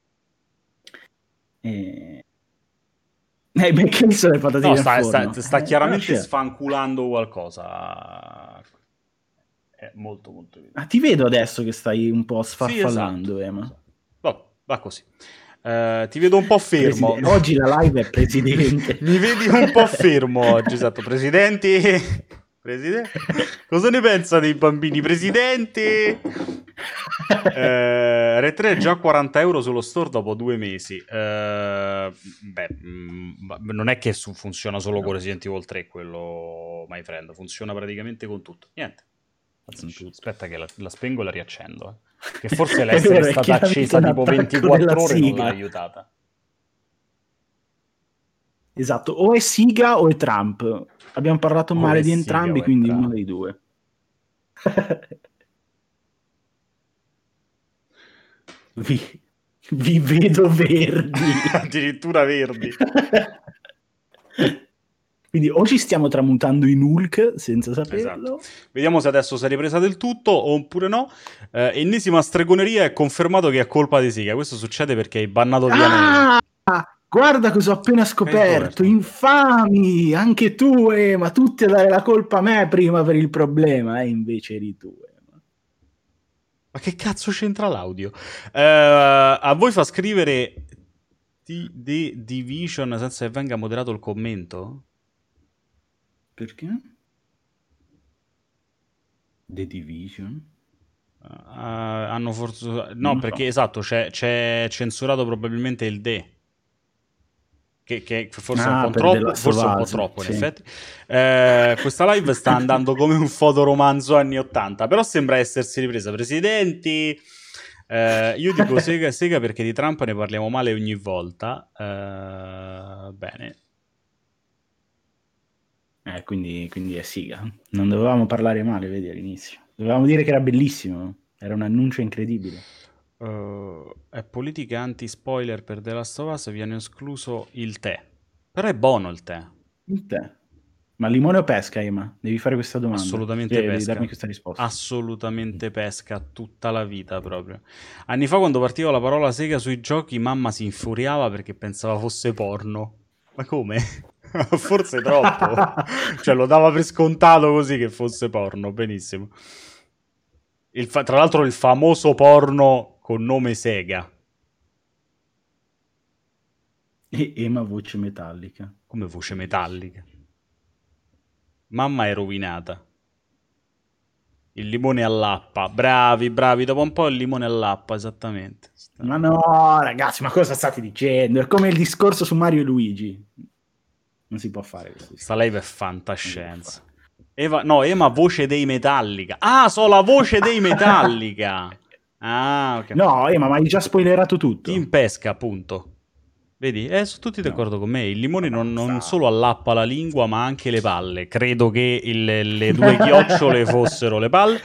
Perché sono le patatine No, al forno? sta chiaramente sfanculando qualcosa. È molto molto evidente. Ah, ti vedo adesso che stai un po' sfarfallando, Sì, Ema. Esatto. Va così. Ti vedo un po' fermo. Oggi la live è presidente. Mi vedi un po' fermo oggi, esatto. Presidenti, cosa ne pensa dei bambini? Presidente, Red 3 è già 40 euro sullo store dopo 2 mesi. Non è che funziona solo con Resident Evil 3 quello, my friend, funziona praticamente con tutto. Niente. Aspetta che la spengo e la riaccendo. Che forse l'essere stata accesa tipo 24 ore non l'ha aiutata. Esatto, o è Siga o è Trump. Abbiamo parlato male di entrambi, quindi uno dei due. Vi vedo verdi. Addirittura verdi. Quindi o ci stiamo tramutando in Hulk senza saperlo. Esatto. Vediamo se adesso si è ripresa del tutto oppure no. Ennesima stregoneria, è confermato che è colpa di Siga. Questo succede perché hai bannato via Neri. Guarda cosa ho appena scoperto. Infami, anche tu, ma tutti a dare la colpa a me prima per il problema, invece eri tu. Ma che cazzo c'entra l'audio? A voi fa scrivere The Division senza che venga moderato il commento? Perché? The Division? Hanno forse... No, perché esatto, c'è censurato probabilmente il The. Che forse è un po' troppo, forse un po' troppo in effetti. Questa live sta andando come un fotoromanzo anni 80, però sembra essersi ripresa. Presidenti, io dico Sega perché di Trump ne parliamo male ogni volta. Bene. Quindi è Siga. Non dovevamo parlare male, vedi, all'inizio. Dovevamo dire che era bellissimo. Era un annuncio incredibile. È politica anti-spoiler per The Last of Us, viene escluso il tè. Però è buono il tè. Il tè. Ma limone o pesca, Ema? Devi fare questa domanda. Assolutamente pesca. Devi darmi questa risposta. Assolutamente pesca, tutta la vita proprio. Anni fa quando partiva la parola Sega sui giochi, mamma si infuriava perché pensava fosse porno. Ma come? Forse troppo. Cioè lo dava per scontato così che fosse porno, benissimo. Tra l'altro il famoso porno con nome Sega. Ema voce metallica. Come voce metallica? Mamma è rovinata. Il limone all'appa. Bravi. Dopo un po' il limone all'appa, esattamente. Ma no, ragazzi, ma cosa state dicendo? È come il discorso su Mario e Luigi. Non si può fare questo. Sta live è fantascienza. Ema voce dei Metallica. Ah, so la voce dei Metallica. Ah, ok. No, ma hai già spoilerato tutto. Team pesca, appunto. Vedi? Sono tutti d'accordo con me. Il limone non solo allappa la lingua, ma anche le palle. Credo che le 2 chiocciole fossero le palle.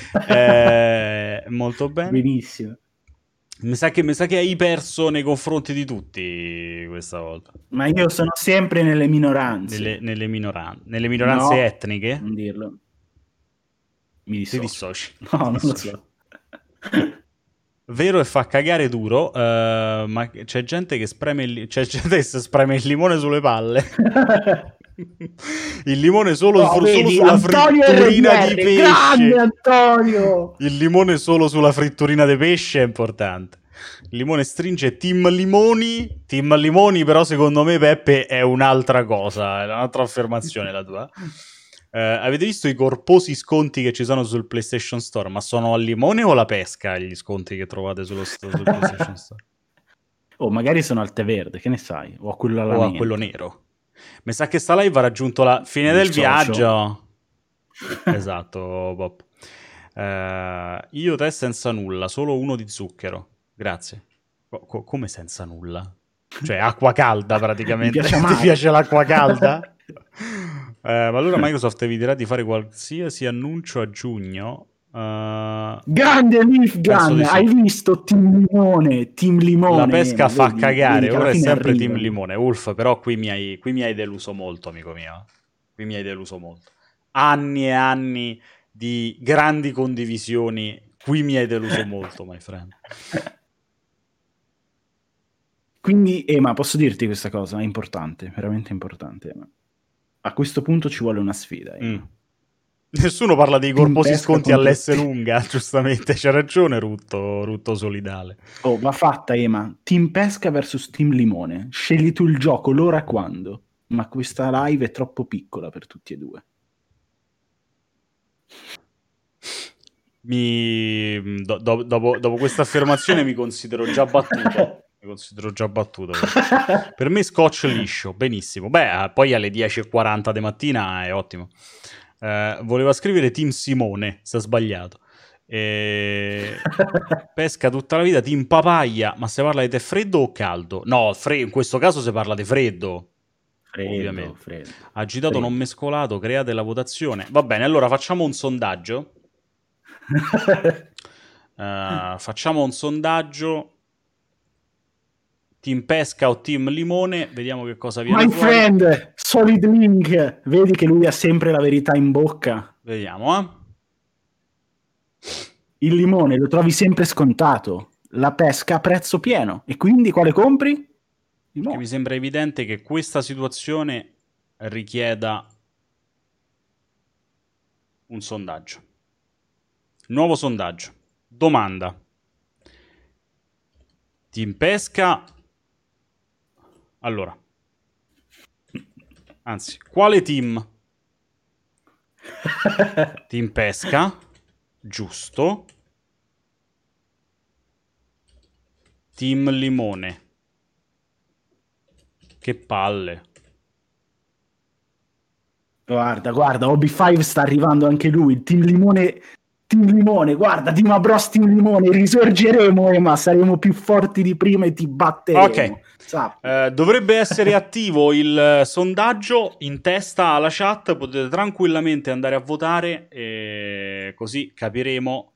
Molto bene. Benissimo. Mi sa che hai perso nei confronti di tutti questa volta. Ma io sono sempre nelle minoranze. Nelle minoranze etniche? Non dirlo. Mi dissocio. Ti dissoci. No, non lo so. Vero, e fa cagare duro, ma c'è gente che c'è gente che si spreme il limone sulle palle. Il limone solo vedi, sulla Antonio fritturina RDR, di pesce. grande Antonio! Il limone solo sulla fritturina di pesce è importante. Il limone stringe Team Limoni. Team Limoni, però, secondo me, Peppe, è un'altra cosa. È un'altra affermazione la tua. Avete visto i corposi sconti che ci sono sul PlayStation Store? Ma sono al limone o alla pesca gli sconti che trovate sul PlayStation Store? Oh, magari sono al tè verde, che ne sai? O a quello alla O a menta. quello nero. Mi sa che sta live ha raggiunto la fine del socio. viaggio. Esatto, Bob. Io tè senza nulla, solo uno di zucchero. Grazie. Come senza nulla? Cioè, acqua calda praticamente. Mi piace Ti amare. piace l'acqua calda? Ma allora Microsoft eviterà di fare qualsiasi annuncio a giugno. Grande Leaf Penso Gun, di sì. hai visto Team Limone? La pesca fa vedi, cagare, vedi che alla ora è fine sempre arrivano. Team Limone. Wolf, però qui mi hai deluso molto, amico mio. Qui mi hai deluso molto. Anni e anni di grandi condivisioni, qui mi hai deluso molto, my friend. Quindi, ma posso dirti questa cosa? È importante, veramente importante. Ema. A questo punto ci vuole una sfida. Ema. Nessuno parla dei Team corposi pesca sconti contro- all'S lunga, giustamente. C'ha ragione Rutto Solidale. Oh, va fatta, Ema. Team pesca versus Team Limone. Scegli tu il gioco, l'ora quando. Ma questa live è troppo piccola per tutti e due. Dopo questa affermazione mi considero già battuto. Per me scotch liscio, benissimo. Beh, poi alle 10:40 di mattina è ottimo. Voleva scrivere Team Simone, si è sbagliato. Pesca tutta la vita, Team Papaya. Ma se parla di tè freddo o caldo? No, in questo caso si parla di freddo. Ovviamente. Freddo. Agitato Freddo. non mescolato, create la votazione. Va bene, allora facciamo un sondaggio. Facciamo un sondaggio. Team pesca o team limone? Vediamo che cosa viene My fuori. friend, Solid Link. Vedi che lui ha sempre la verità in bocca. Vediamo, Il limone lo trovi sempre scontato. La pesca a prezzo pieno. E quindi quale compri? Perché mi sembra evidente che questa situazione richieda un sondaggio. Nuovo sondaggio. Domanda. Team pesca. Allora. Anzi, quale team? Team pesca. Giusto. Team limone. Che palle. Guarda, OB5 sta arrivando anche lui. Team Limone, guarda, Team Abros, Team Limone, risorgeremo, ma saremo più forti di prima e ti batteremo. Ok. Dovrebbe essere attivo il sondaggio in testa alla chat, potete tranquillamente andare a votare e così capiremo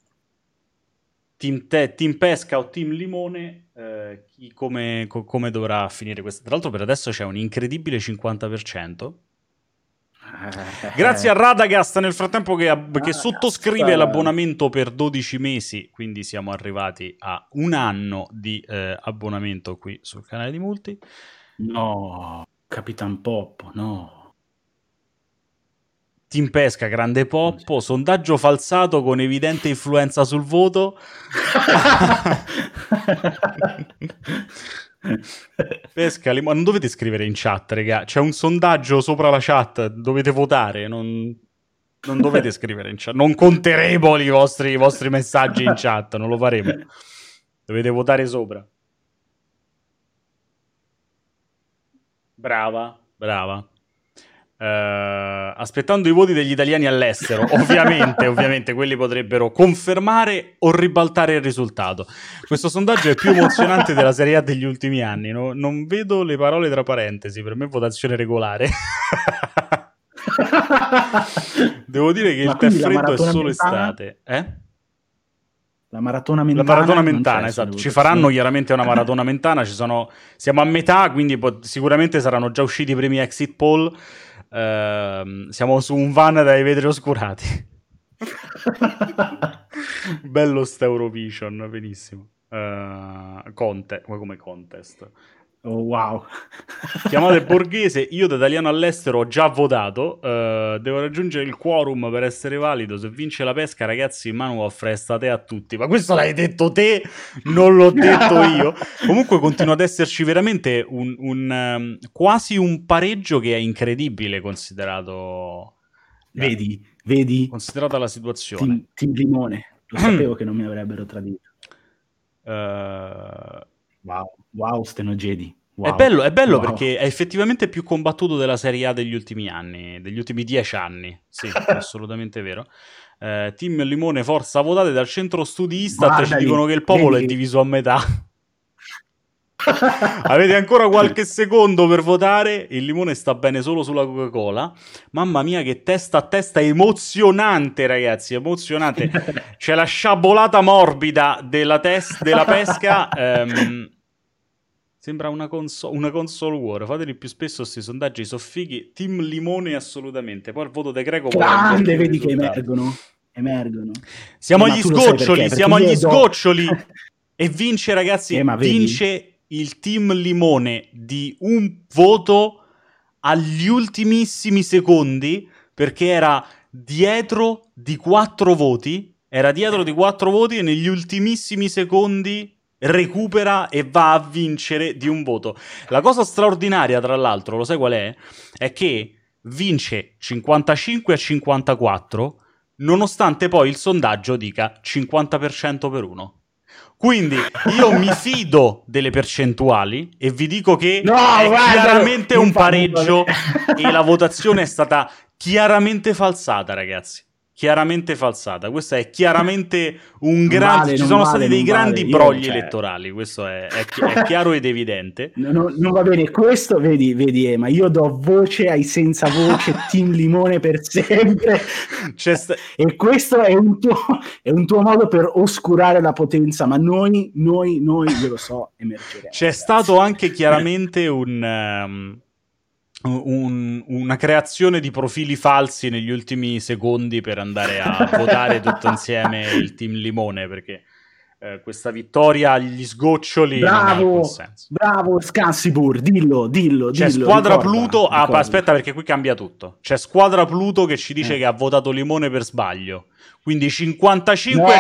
team pesca o team limone come dovrà finire questo. Tra l'altro per adesso c'è un incredibile 50%. Grazie a Radagast nel frattempo che sottoscrive l'abbonamento per 12 mesi, quindi siamo arrivati a un anno di abbonamento qui sul canale di Multi. No, Capitan Poppo, no. Team pesca, grande Poppo, sondaggio falsato con evidente influenza sul voto. Pesca, non dovete scrivere in chat, raga. C'è un sondaggio sopra la chat, dovete votare, non dovete scrivere in chat. Non conteremo i vostri messaggi in chat, non lo faremo. Dovete votare sopra. Brava. Aspettando i voti degli italiani all'estero, ovviamente quelli potrebbero confermare o ribaltare il risultato. Questo sondaggio è più emozionante della Serie A degli ultimi anni. Non vedo le parole tra parentesi, per me votazione regolare. Devo dire che il tè freddo è solo estate. La maratona mentana. La maratona mentana, esatto. Ci faranno chiaramente una maratona mentana. Siamo a metà, quindi sicuramente saranno già usciti i primi exit poll. Siamo su un van dai vetri oscurati. Bello sta Eurovision, benissimo. come contest. Oh, wow. Chiamate Borghese, io da italiano all'estero ho già votato, devo raggiungere il quorum per essere valido, se vince la pesca ragazzi Manu offre estate a tutti, ma questo l'hai detto te, non l'ho detto io. Comunque continua ad esserci veramente quasi un pareggio che è incredibile considerata la situazione. Team Limone, lo sapevo che non mi avrebbero tradito. Wow, Stenogedi. Wow. È bello Wow. perché è effettivamente più combattuto della Serie A degli ultimi anni, degli ultimi 10 anni. Sì, è assolutamente vero. Team Limone, forza, votate dal centro studi Istat, ci dicono che il popolo è diviso a metà. Avete ancora qualche secondo per votare? Il limone sta bene solo sulla Coca-Cola. Mamma mia, che testa a testa emozionante, ragazzi, emozionante. C'è la sciabolata morbida della pesca. Sembra una console war. Fateli più spesso questi sondaggi, soffighi. Team Limone assolutamente. Poi il voto De Greco grande, vedi che emergono. Siamo agli sgoccioli. E vince, ragazzi, vince il Team Limone di un voto agli ultimissimi secondi, perché era dietro di 4 voti. Era dietro di 4 voti e negli ultimissimi secondi recupera e va a vincere di un voto. La cosa straordinaria, tra l'altro, lo sai qual è? È che vince 55-54, nonostante poi il sondaggio dica 50% per uno. Quindi io mi fido delle percentuali e vi dico che chiaramente un pareggio e la votazione è stata chiaramente falsata, ragazzi. Chiaramente falsata. Questo è chiaramente un grande... Ci sono stati dei grandi brogli elettorali, questo è chiaro ed evidente. Non va bene, questo, vedi ma io do voce ai senza voce Team Limone per sempre. E questo è un tuo modo per oscurare la potenza, ma noi, io lo so, emergeremo. C'è stato anche chiaramente una creazione di profili falsi negli ultimi secondi per andare a votare tutto insieme il Team Limone, perché questa vittoria agli sgoccioli non ha alcun senso. Bravo Scansibur, dillo. C'è Squadra Pluto, aspetta perché qui cambia tutto. C'è Squadra Pluto che ci dice che ha votato Limone per sbaglio. Quindi 55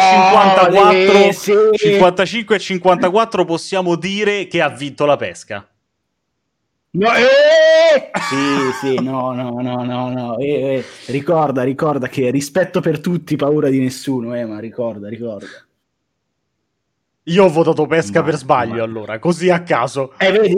e 54 possiamo dire che ha vinto la pesca. No, sì, no. Ricorda che rispetto per tutti, paura di nessuno, ma ricorda. Io ho votato pesca per sbaglio, allora, così a caso.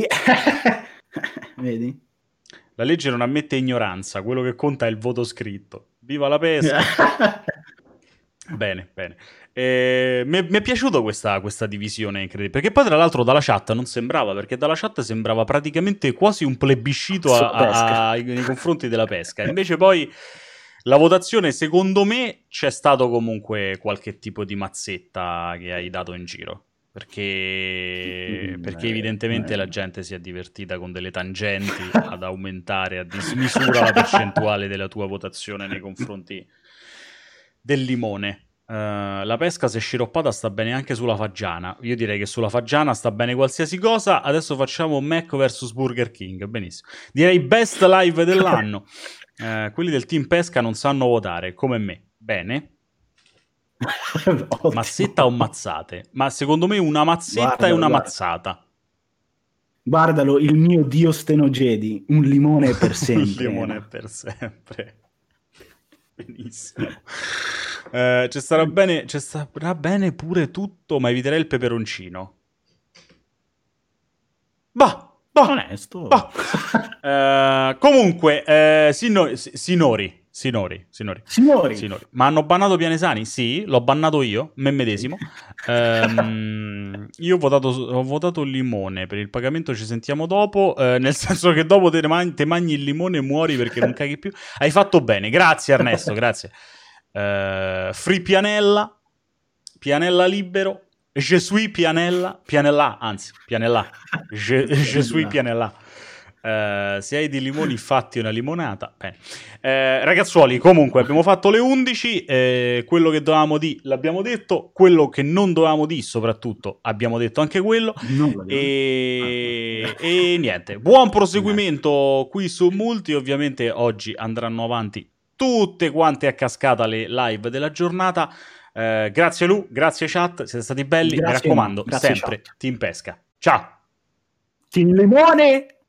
Vedi? La legge non ammette ignoranza, quello che conta è il voto scritto. Viva la pesca! Bene. Mi è piaciuta questa divisione incredibile, perché poi tra l'altro dalla chat non sembrava, perché dalla chat sembrava praticamente quasi un plebiscito nei confronti della pesca. Invece poi la votazione, secondo me, c'è stato comunque qualche tipo di mazzetta che hai dato in giro, perché evidentemente la gente si è divertita con delle tangenti ad aumentare a dismisura la percentuale della tua votazione nei confronti del limone. La pesca, se sciroppata, sta bene anche sulla fagiana. Io direi che sulla fagiana sta bene qualsiasi cosa. Adesso facciamo Mac vs Burger King. Benissimo. Direi best live dell'anno. Quelli del team pesca non sanno votare, come me. Bene. Mazzetta o mazzate? Ma secondo me una mazzetta è una mazzata. Guardalo, il mio dio Stenogedi. Un limone per sempre. Un limone per sempre. Benissimo. Ci starà bene pure tutto, ma eviterei il peperoncino. Onesto. Comunque, Sinori. Ma hanno bannato Pianesani? Sì, l'ho bannato io, me medesimo. Io ho votato limone. Per il pagamento ci sentiamo dopo. Nel senso che dopo te mangi il limone e muori perché non caghi più. Hai fatto bene, grazie Ernesto, grazie. Free Pianella libero. Je suis Pianella. Je suis Pianella. Se hai dei limoni fatti una limonata. Bene. Ragazzuoli, comunque abbiamo fatto le 11, quello che dovevamo dire l'abbiamo detto, quello che non dovevamo dire soprattutto abbiamo detto anche quello, e niente, buon proseguimento qui su Multi. Ovviamente oggi andranno avanti tutte quante a cascata le live della giornata. Grazie Lu, grazie chat, siete stati belli, Grazie, mi raccomando, grazie, sempre chat. Team Pesca. Ciao! Team Limone!